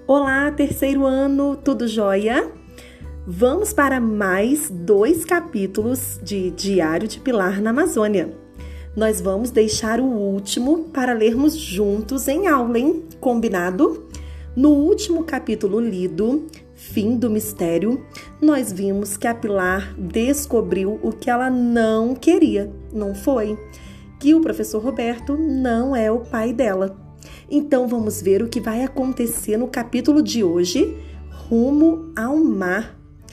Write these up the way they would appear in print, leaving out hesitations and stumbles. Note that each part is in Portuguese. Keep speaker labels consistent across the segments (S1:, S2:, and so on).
S1: Olá, terceiro ano, tudo jóia? Vamos para mais 2 capítulos de Diário de Pilar na Amazônia. Nós vamos deixar o último para lermos juntos em aula, hein? Combinado? No último capítulo lido, Fim do Mistério, nós vimos que a Pilar descobriu o que ela não queria, não foi? Que o professor Roberto não é o pai dela. Então vamos ver o que vai acontecer no capítulo de hoje, Rumo ao Mar.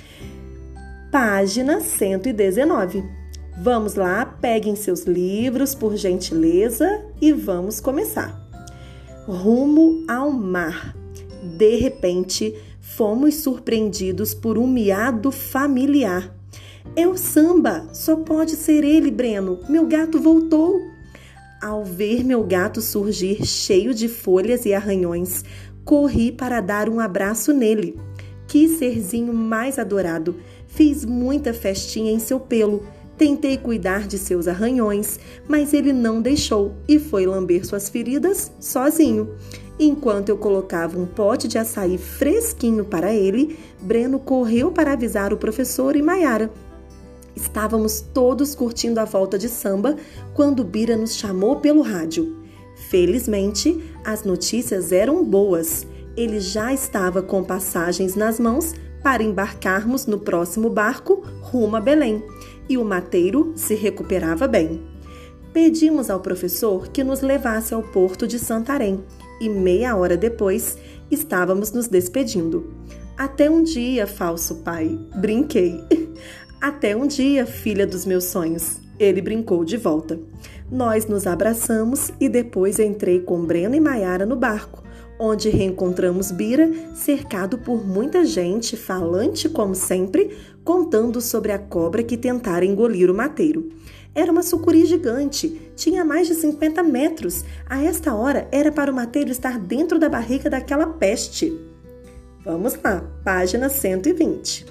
S1: Página 119. Vamos lá, peguem seus livros, por gentileza, e vamos começar. Rumo ao mar. De repente, fomos surpreendidos por um miado familiar. É o Samba, só pode ser ele, Breno. Meu gato voltou. Ao ver meu gato surgir cheio de folhas e arranhões, corri para dar um abraço nele. Que serzinho mais adorado! Fiz muita festinha em seu pelo. Tentei cuidar de seus arranhões, mas ele não deixou e foi lamber suas feridas sozinho. Enquanto eu colocava um pote de açaí fresquinho para ele, Breno correu para avisar o professor e Maiara. Estávamos todos curtindo a volta de Samba quando Bira nos chamou pelo rádio. Felizmente, as notícias eram boas. Ele já estava com passagens nas mãos para embarcarmos no próximo barco rumo a Belém, e o mateiro se recuperava bem. Pedimos ao professor que nos levasse ao porto de Santarém e meia hora depois estávamos nos despedindo. Até um dia, falso pai, brinquei. Até um dia, filha dos meus sonhos, ele brincou de volta. Nós nos abraçamos e depois entrei com Breno e Maiara no barco, onde reencontramos Bira, cercado por muita gente, falante como sempre, contando sobre a cobra que tentara engolir o mateiro. Era uma sucuri gigante, tinha mais de 50 metros. A esta hora era para o mateiro estar dentro da barriga daquela peste. Vamos lá, página 120.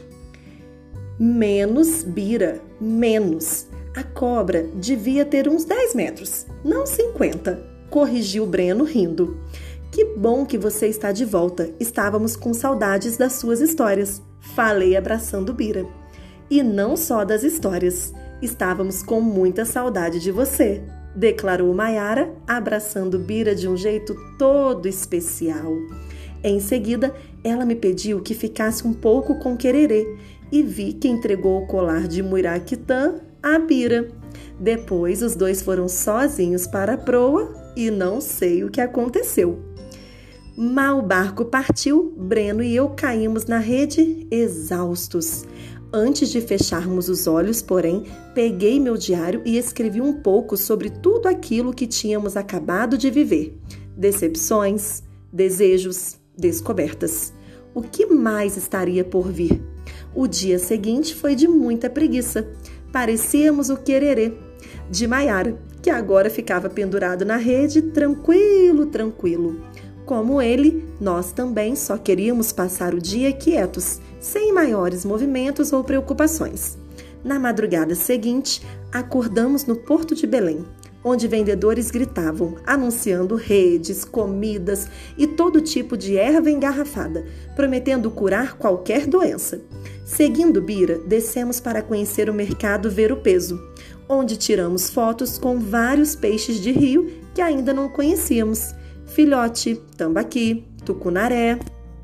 S1: Menos Bira, menos. A cobra devia ter uns 10 metros, não 50, corrigiu Breno rindo. Que bom que você está de volta, estávamos com saudades das suas histórias, falei abraçando Bira. E não só das histórias, estávamos com muita saudade de você, declarou Maiara, abraçando Bira de um jeito todo especial. Em seguida, ela me pediu que ficasse um pouco com Quererê e vi que entregou o colar de Muiraquitã a Bira. Depois, os dois foram sozinhos para a proa e não sei o que aconteceu. Mal o barco partiu, Breno e eu caímos na rede exaustos. Antes de fecharmos os olhos, porém, peguei meu diário e escrevi um pouco sobre tudo aquilo que tínhamos acabado de viver. Decepções, desejos, descobertas. O que mais estaria por vir? O dia seguinte foi de muita preguiça. Parecíamos o Quererê de Maiara, que agora ficava pendurado na rede, tranquilo. Como ele, nós também só queríamos passar o dia quietos, sem maiores movimentos ou preocupações. Na madrugada seguinte, acordamos no Porto de Belém, onde vendedores gritavam, anunciando redes, comidas e todo tipo de erva engarrafada, prometendo curar qualquer doença. Seguindo Bira, descemos para conhecer o mercado Ver-o-Peso, onde tiramos fotos com vários peixes de rio que ainda não conhecíamos. Filhote, tambaqui, tucunaré.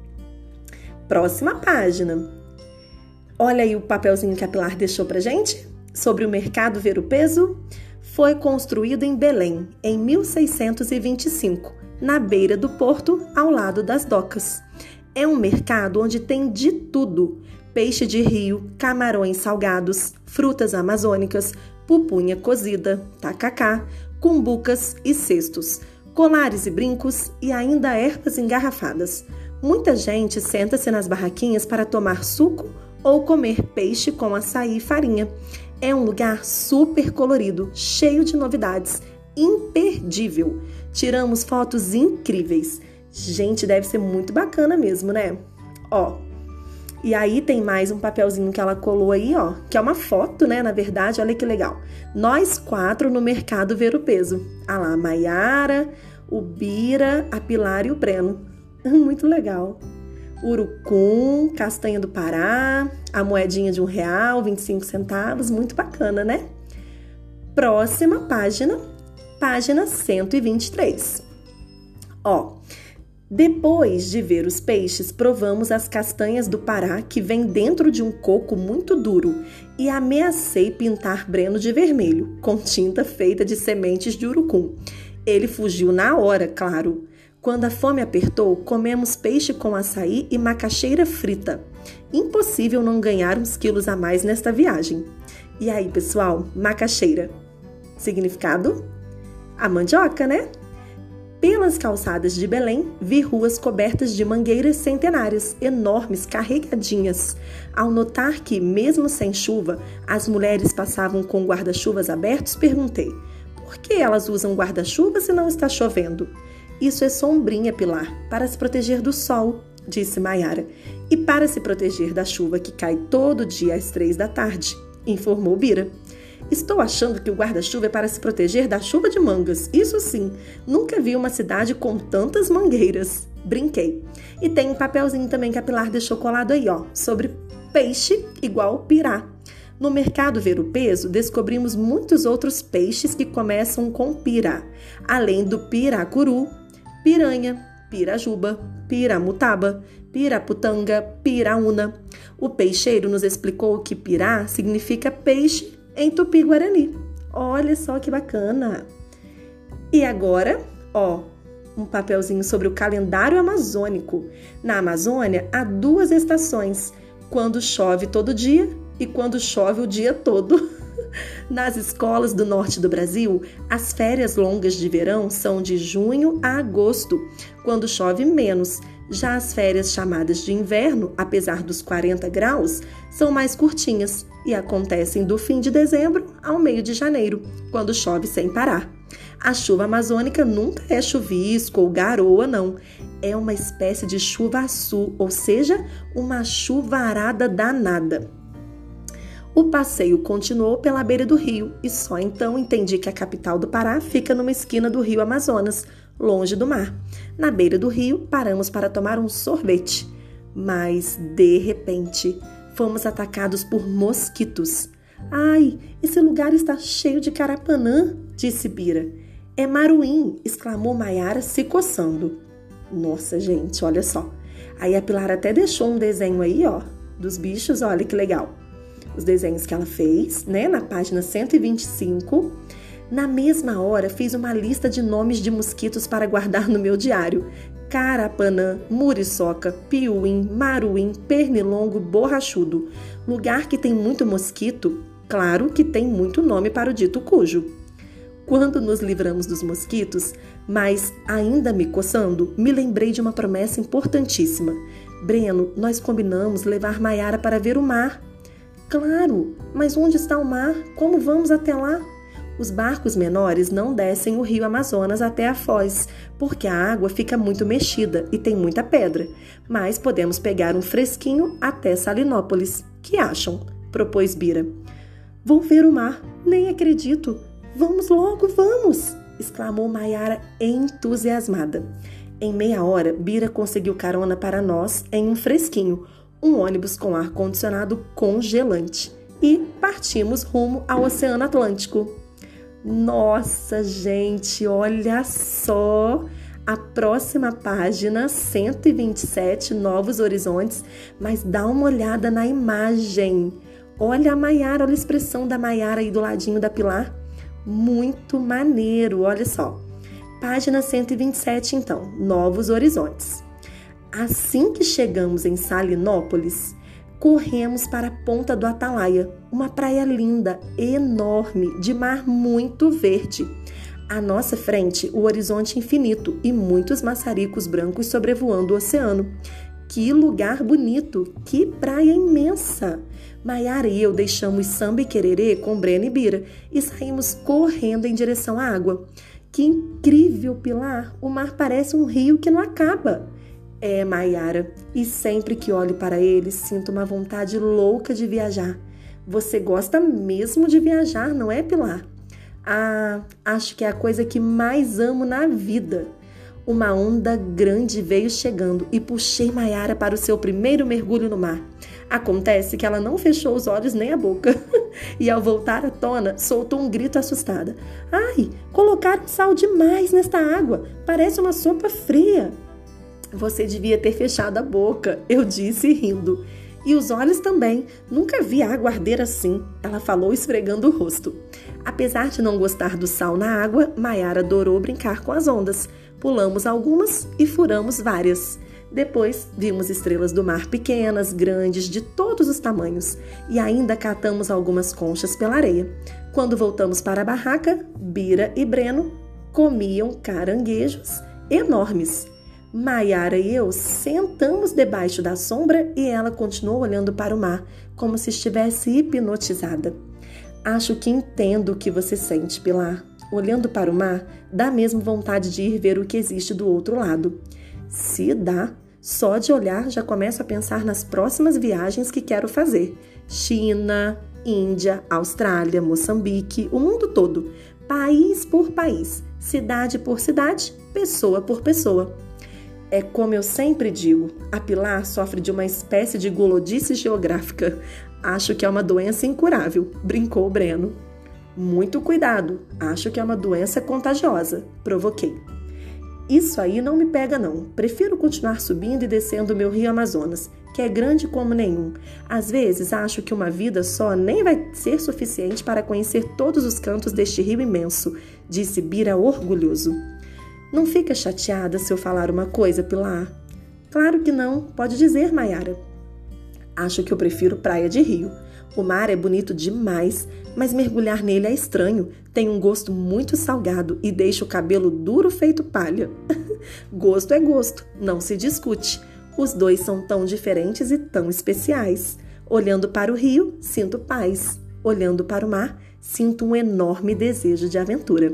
S1: Próxima página. Olha aí o papelzinho que a Pilar deixou pra gente sobre o mercado Ver-o-Peso. Foi construído em Belém, em 1625, na beira do porto, ao lado das docas. É um mercado onde tem de tudo: peixe de rio, camarões salgados, frutas amazônicas, pupunha cozida, tacacá, cumbucas e cestos, colares e brincos e ainda ervas engarrafadas. Muita gente senta-se nas barraquinhas para tomar suco ou comer peixe com açaí e farinha. É um lugar super colorido, cheio de novidades, imperdível. Tiramos fotos incríveis. Gente, deve ser muito bacana mesmo, né? Ó, e aí tem mais um papelzinho que ela colou aí, ó, que é uma foto, né? Na verdade, olha que legal. Nós 4 no mercado Ver-o-Peso. Ah lá, a Maiara, o Bira, a Pilar e o Breno. Muito legal. Urucum, castanha do Pará, a moedinha de R$1, 25 centavos, muito bacana, né? Próxima página, página 123. Ó, depois de ver os peixes, provamos as castanhas do Pará que vêm dentro de um coco muito duro e ameacei pintar Breno de vermelho, com tinta feita de sementes de urucum. Ele fugiu na hora, claro. Quando a fome apertou, comemos peixe com açaí e macaxeira frita. Impossível não ganhar uns quilos a mais nesta viagem. E aí, pessoal, macaxeira. Significado? A mandioca, né? Pelas calçadas de Belém, vi ruas cobertas de mangueiras centenárias, enormes, carregadinhas. Ao notar que, mesmo sem chuva, as mulheres passavam com guarda-chuvas abertos, perguntei: por que elas usam guarda-chuva se não está chovendo? Isso é sombrinha, Pilar, para se proteger do sol, disse Maiara. E para se proteger da chuva que cai todo dia às 3 da tarde, informou Bira. Estou achando que o guarda-chuva é para se proteger da chuva de mangas. Isso sim, nunca vi uma cidade com tantas mangueiras. Brinquei. E tem um papelzinho também que a Pilar deixou colado aí, ó, sobre peixe igual pirá. No mercado Ver o Peso, descobrimos muitos outros peixes que começam com pirá, além do piracuru, piranha, pirajuba, piramutaba, piraputanga, piraúna. O peixeiro nos explicou que pirá significa peixe em tupi-guarani. Olha só que bacana! E agora, ó, um papelzinho sobre o calendário amazônico. Na Amazônia, há 2 estações, quando chove todo dia e quando chove o dia todo. Nas escolas do norte do Brasil, as férias longas de verão são de junho a agosto, quando chove menos. Já as férias chamadas de inverno, apesar dos 40 graus, são mais curtinhas e acontecem do fim de dezembro ao meio de janeiro, quando chove sem parar. A chuva amazônica nunca é chuvisco ou garoa, não. É uma espécie de chuva-açu, ou seja, uma chuvarada danada. O passeio continuou pela beira do rio e só então entendi que a capital do Pará fica numa esquina do rio Amazonas, longe do mar. Na beira do rio, paramos para tomar um sorvete. Mas, de repente, fomos atacados por mosquitos. Ai, esse lugar está cheio de carapanã, disse Bira. É maruim, exclamou Maiara se coçando. Nossa, gente, olha só. Aí a Pilar até deixou um desenho aí, ó, dos bichos, olha que legal. Os desenhos que ela fez, né, na página 125. Na mesma hora, fiz uma lista de nomes de mosquitos para guardar no meu diário. Carapanã, muriçoca, piuim, maruim, pernilongo, borrachudo. Lugar que tem muito mosquito, claro que tem muito nome para o dito cujo. Quando nos livramos dos mosquitos, mas ainda me coçando, me lembrei de uma promessa importantíssima. Breno, nós combinamos levar Maiara para ver o mar. Claro, mas onde está o mar? Como vamos até lá? Os barcos menores não descem o rio Amazonas até a foz, porque a água fica muito mexida e tem muita pedra. Mas podemos pegar um fresquinho até Salinópolis. Que acham? Propôs Bira. Vou ver o mar, nem acredito. Vamos logo, vamos! Exclamou Maiara entusiasmada. Em meia hora, Bira conseguiu carona para nós em um fresquinho, um ônibus com ar-condicionado congelante. E partimos rumo ao Oceano Atlântico. Nossa, gente, olha só! A próxima página, 127, Novos Horizontes, mas dá uma olhada na imagem. Olha a Maiara, olha a expressão da Maiara aí do ladinho da Pilar. Muito maneiro, olha só. Página 127, então, Novos Horizontes. Assim que chegamos em Salinópolis, corremos para a Ponta do Atalaia, uma praia linda, enorme, de mar muito verde. À nossa frente, o horizonte infinito e muitos maçaricos brancos sobrevoando o oceano. Que lugar bonito, que praia imensa! Maiara e eu deixamos Samba e Quererê com Breno e Bira e saímos correndo em direção à água. Que incrível, Pilar! O mar parece um rio que não acaba. É, Maiara, e sempre que olho para ele, sinto uma vontade louca de viajar. Você gosta mesmo de viajar, não é, Pilar? Ah, acho que é a coisa que mais amo na vida. Uma onda grande veio chegando e puxei Maiara para o seu primeiro mergulho no mar. Acontece que ela não fechou os olhos nem a boca. E ao voltar à tona, soltou um grito assustada. Ai, colocaram sal demais nesta água. Parece uma sopa fria. Você devia ter fechado a boca, eu disse rindo. E os olhos também. Nunca vi água arder assim, ela falou esfregando o rosto. Apesar de não gostar do sal na água, Maiara adorou brincar com as ondas. Pulamos algumas e furamos várias. Depois, vimos estrelas do mar pequenas, grandes, de todos os tamanhos. E ainda catamos algumas conchas pela areia. Quando voltamos para a barraca, Bira e Breno comiam caranguejos enormes. Maiara e eu sentamos debaixo da sombra e ela continuou olhando para o mar, como se estivesse hipnotizada. Acho que entendo o que você sente, Pilar. Olhando para o mar, dá mesmo vontade de ir ver o que existe do outro lado. Se dá, só de olhar já começo a pensar nas próximas viagens que quero fazer. China, Índia, Austrália, Moçambique, o mundo todo. País por país, cidade por cidade, pessoa por pessoa. É como eu sempre digo, a Pilar sofre de uma espécie de gulodice geográfica. Acho que é uma doença incurável, brincou Breno. Muito cuidado, acho que é uma doença contagiosa, provoquei. Isso aí não me pega não, prefiro continuar subindo e descendo o meu rio Amazonas, que é grande como nenhum. Às vezes acho que uma vida só nem vai ser suficiente para conhecer todos os cantos deste rio imenso, disse Bira orgulhoso. Não fica chateada se eu falar uma coisa, Pilar? Claro que não, pode dizer, Maiara. Acho que eu prefiro praia de rio. O mar é bonito demais, mas mergulhar nele é estranho. Tem um gosto muito salgado e deixa o cabelo duro feito palha. Gosto é gosto, não se discute. Os dois são tão diferentes e tão especiais. Olhando para o rio, sinto paz. Olhando para o mar, sinto um enorme desejo de aventura.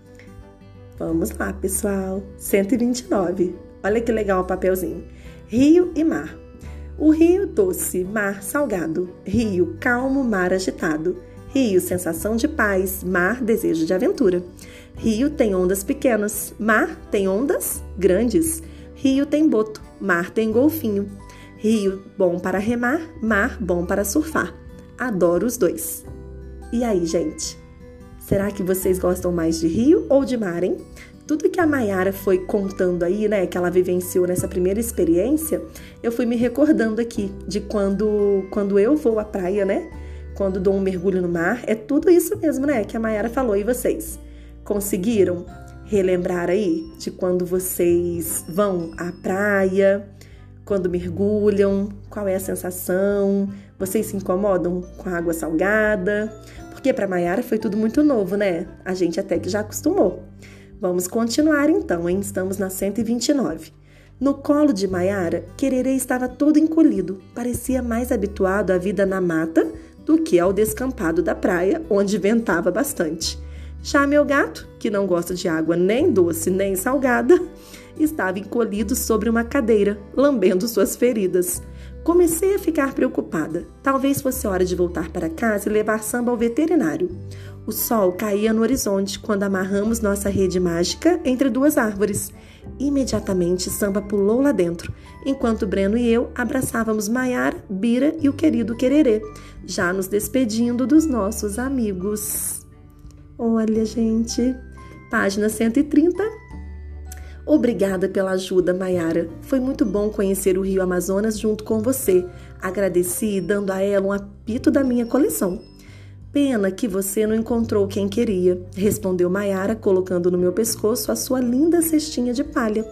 S1: Vamos lá, pessoal. 129. Olha que legal o papelzinho. Rio e mar. O rio doce, mar salgado. Rio calmo, mar agitado. Rio sensação de paz, mar desejo de aventura. Rio tem ondas pequenas, mar tem ondas grandes. Rio tem boto, mar tem golfinho. Rio bom para remar, mar bom para surfar. Adoro os dois. E aí, gente? Será que vocês gostam mais de rio ou de mar, hein? Tudo que a Maiara foi contando aí, né, que ela vivenciou nessa primeira experiência, eu fui me recordando aqui de quando eu vou à praia, né? Quando dou um mergulho no mar, é tudo isso mesmo, né, que a Maiara falou. E vocês? Conseguiram relembrar aí de quando vocês vão à praia, quando mergulham, qual é a sensação? Vocês se incomodam com a água salgada? Porque para Maiara foi tudo muito novo, né? A gente até que já acostumou. Vamos continuar então, hein? Estamos na 129. No colo de Maiara, Quererê estava todo encolhido. Parecia mais habituado à vida na mata do que ao descampado da praia, onde ventava bastante. Já meu gato, que não gosta de água nem doce nem salgada, estava encolhido sobre uma cadeira, lambendo suas feridas. Comecei a ficar preocupada. Talvez fosse hora de voltar para casa e levar Samba ao veterinário. O sol caía no horizonte quando amarramos nossa rede mágica entre duas árvores. Imediatamente, Samba pulou lá dentro, enquanto Breno e eu abraçávamos Maiara, Bira e o querido Quererê, já nos despedindo dos nossos amigos. Olha, gente, página 130. Obrigada pela ajuda, Maiara. Foi muito bom conhecer o Rio Amazonas junto com você. Agradeci dando a ela um apito da minha coleção. Pena que você não encontrou quem queria, respondeu Maiara, colocando no meu pescoço a sua linda cestinha de palha.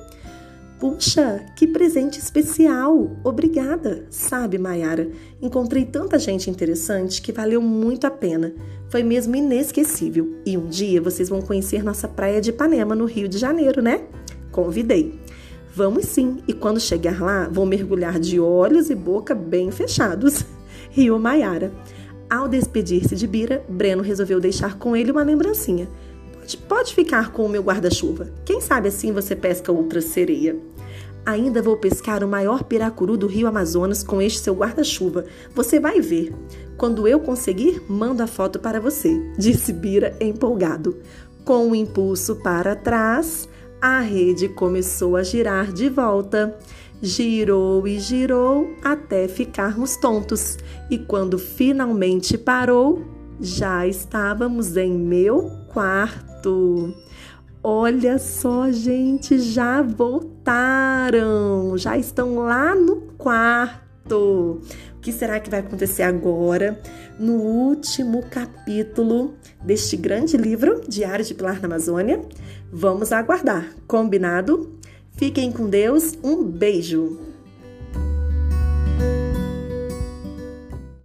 S1: Puxa, que presente especial! Obrigada! Sabe, Maiara, encontrei tanta gente interessante que valeu muito a pena. Foi mesmo inesquecível. E um dia vocês vão conhecer nossa praia de Ipanema, no Rio de Janeiro, né? Convidei. Vamos sim, e quando chegar lá, vou mergulhar de olhos e boca bem fechados. Riu Maiara. Ao despedir-se de Bira, Breno resolveu deixar com ele uma lembrancinha. Pode ficar com o meu guarda-chuva. Quem sabe assim você pesca outra sereia. Ainda vou pescar o maior piracuru do Rio Amazonas com este seu guarda-chuva. Você vai ver. Quando eu conseguir, mando a foto para você, disse Bira empolgado. Com um impulso para trás, a rede começou a girar de volta. Girou e girou até ficarmos tontos. E quando finalmente parou, já estávamos em meu quarto. Olha só, gente, já voltaram, já estão lá no quarto. O que será que vai acontecer agora no último capítulo deste grande livro, Diário de Pilar na Amazônia? Vamos aguardar, combinado? Fiquem com Deus, um beijo!